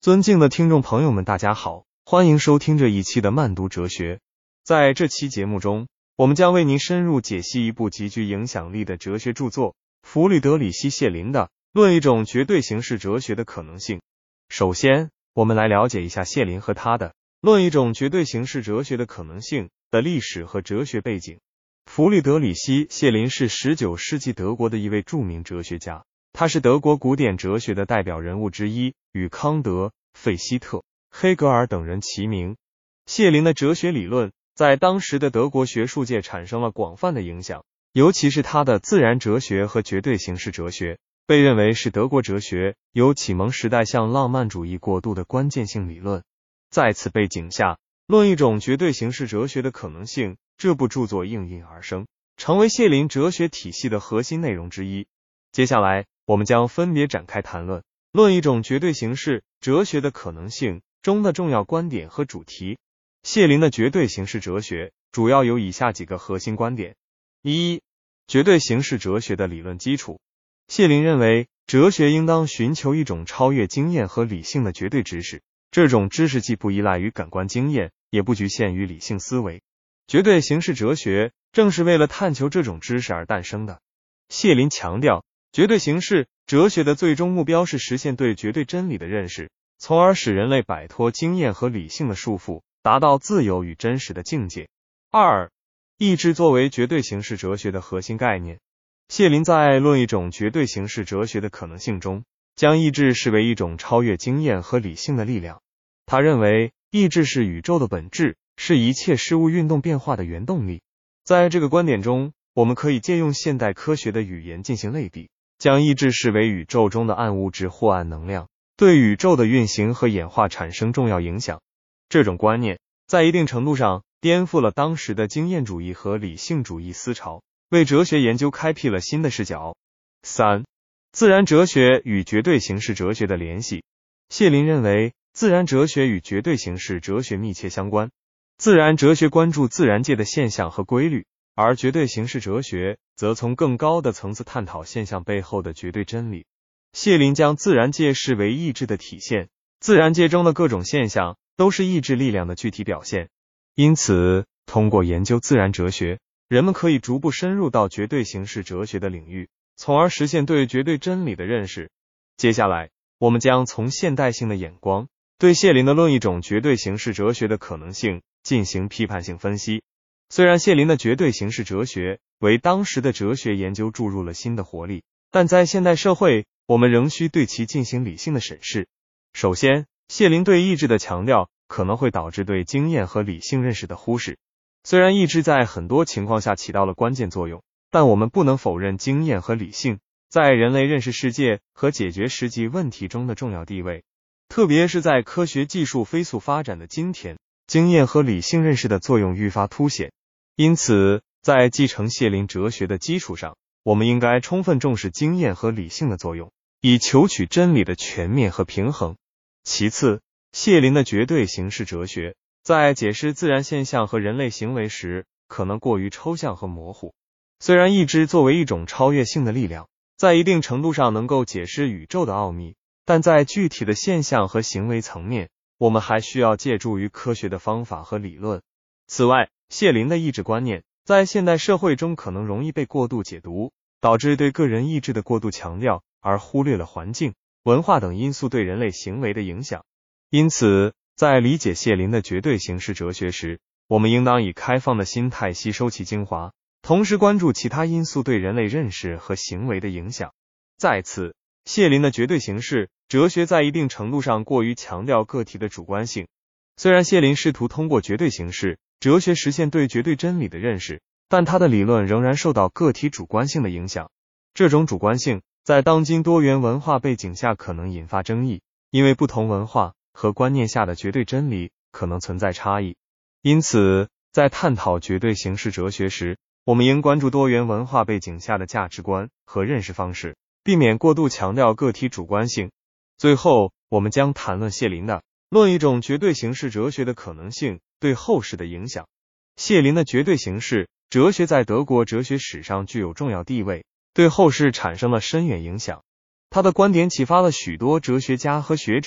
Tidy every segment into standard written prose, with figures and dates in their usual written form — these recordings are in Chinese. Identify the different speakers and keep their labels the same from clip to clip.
Speaker 1: 尊敬的听众朋友们，大家好，欢迎收听这一期的慢读哲学。在这期节目中，我们将为您深入解析一部极具影响力的哲学著作——弗里德里希·谢林的《论一种绝对形式哲学的可能性》。首先，我们来了解一下谢林和他的《论一种绝对形式哲学的可能性》的历史和哲学背景。弗里德里希·谢林是19世纪德国的一位著名哲学家，他是德国古典哲学的代表人物之一，与康德、费希特、黑格尔等人齐名。谢林的哲学理论在当时的德国学术界产生了广泛的影响，尤其是他的自然哲学和绝对形式哲学，被认为是德国哲学由启蒙时代向浪漫主义过渡的关键性理论。在此背景下，《论一种绝对形式哲学的可能性》这部著作应运而生，成为谢林哲学体系的核心内容之一。接下来，我们将分别展开谈论《论一种绝对形式哲学的可能性》中的重要观点和主题。谢林的绝对形式哲学主要有以下几个核心观点：一、绝对形式哲学的理论基础。谢林认为，哲学应当寻求一种超越经验和理性的绝对知识，这种知识既不依赖于感官经验，也不局限于理性思维。绝对形式哲学正是为了探求这种知识而诞生的。谢林强调，绝对形式哲学的最终目标是实现对绝对真理的认识，从而使人类摆脱经验和理性的束缚，达到自由与真实的境界。二、意志作为绝对形式哲学的核心概念。谢林在《论一种绝对形式哲学的可能性》中，将意志视为一种超越经验和理性的力量。他认为，意志是宇宙的本质，是一切事物运动变化的原动力。在这个观点中，我们可以借用现代科学的语言进行类比，将意志视为宇宙中的暗物质或暗能量，对宇宙的运行和演化产生重要影响。这种观念在一定程度上颠覆了当时的经验主义和理性主义思潮，为哲学研究开辟了新的视角。三、自然哲学与绝对形式哲学的联系。谢林认为，自然哲学与绝对形式哲学密切相关。自然哲学关注自然界的现象和规律，而绝对形式哲学则从更高的层次探讨现象背后的绝对真理。谢林将自然界视为意志的体现，自然界中的各种现象都是意志力量的具体表现。因此，通过研究自然哲学，人们可以逐步深入到绝对形式哲学的领域，从而实现对绝对真理的认识。接下来，我们将从现代性的眼光，对谢林的《论一种绝对形式哲学的可能性》进行批判性分析。虽然谢林的绝对形式哲学为当时的哲学研究注入了新的活力，但在现代社会，我们仍需对其进行理性的审视。首先，谢林对意志的强调可能会导致对经验和理性认识的忽视。虽然意志在很多情况下起到了关键作用，但我们不能否认经验和理性在人类认识世界和解决实际问题中的重要地位。特别是在科学技术飞速发展的今天，经验和理性认识的作用愈发凸显。因此，在继承谢林哲学的基础上，我们应该充分重视经验和理性的作用，以求取真理的全面和平衡。其次，谢林的绝对形式哲学在解释自然现象和人类行为时可能过于抽象和模糊。虽然意志作为一种超越性的力量，在一定程度上能够解释宇宙的奥秘，但在具体的现象和行为层面，我们还需要借助于科学的方法和理论。此外，谢林的意志观念在现代社会中可能容易被过度解读，导致对个人意志的过度强调，而忽略了环境、文化等因素对人类行为的影响。因此，在理解谢林的绝对形式哲学时，我们应当以开放的心态吸收其精华，同时关注其他因素对人类认识和行为的影响。再次，谢林的绝对形式哲学在一定程度上过于强调个体的主观性。虽然谢林试图通过绝对形式哲学实现对绝对真理的认识，但他的理论仍然受到个体主观性的影响。这种主观性在当今多元文化背景下可能引发争议，因为不同文化和观念下的绝对真理可能存在差异。因此，在探讨绝对形式哲学时，我们应关注多元文化背景下的价值观和认识方式，避免过度强调个体主观性。最后，我们将谈论谢林的《论一种绝对形式哲学的可能性》对后世的影响。谢林的绝对形式哲学在德国哲学史上具有重要地位，对后世产生了深远影响。他的观点启发了许多哲学家和学者，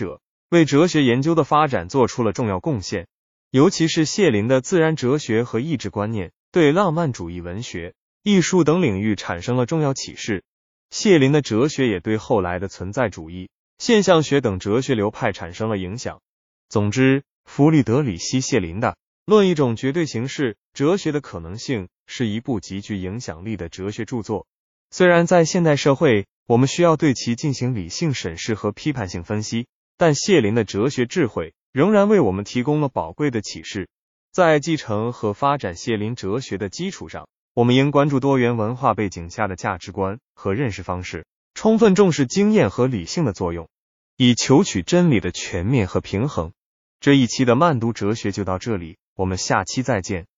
Speaker 1: 为哲学研究的发展做出了重要贡献。尤其是谢林的自然哲学和意志观念，对浪漫主义文学、艺术等领域产生了重要启示。谢林的哲学也对后来的存在主义、现象学等哲学流派产生了影响。总之，弗里德里希·谢林的《论一种绝对形式：哲学的可能性》是一部极具影响力的哲学著作。虽然在现代社会，我们需要对其进行理性审视和批判性分析，但谢林的哲学智慧仍然为我们提供了宝贵的启示。在继承和发展谢林哲学的基础上，我们应关注多元文化背景下的价值观和认识方式，充分重视经验和理性的作用，以求取真理的全面和平衡。这一期的慢读哲学就到这里，我们下期再见。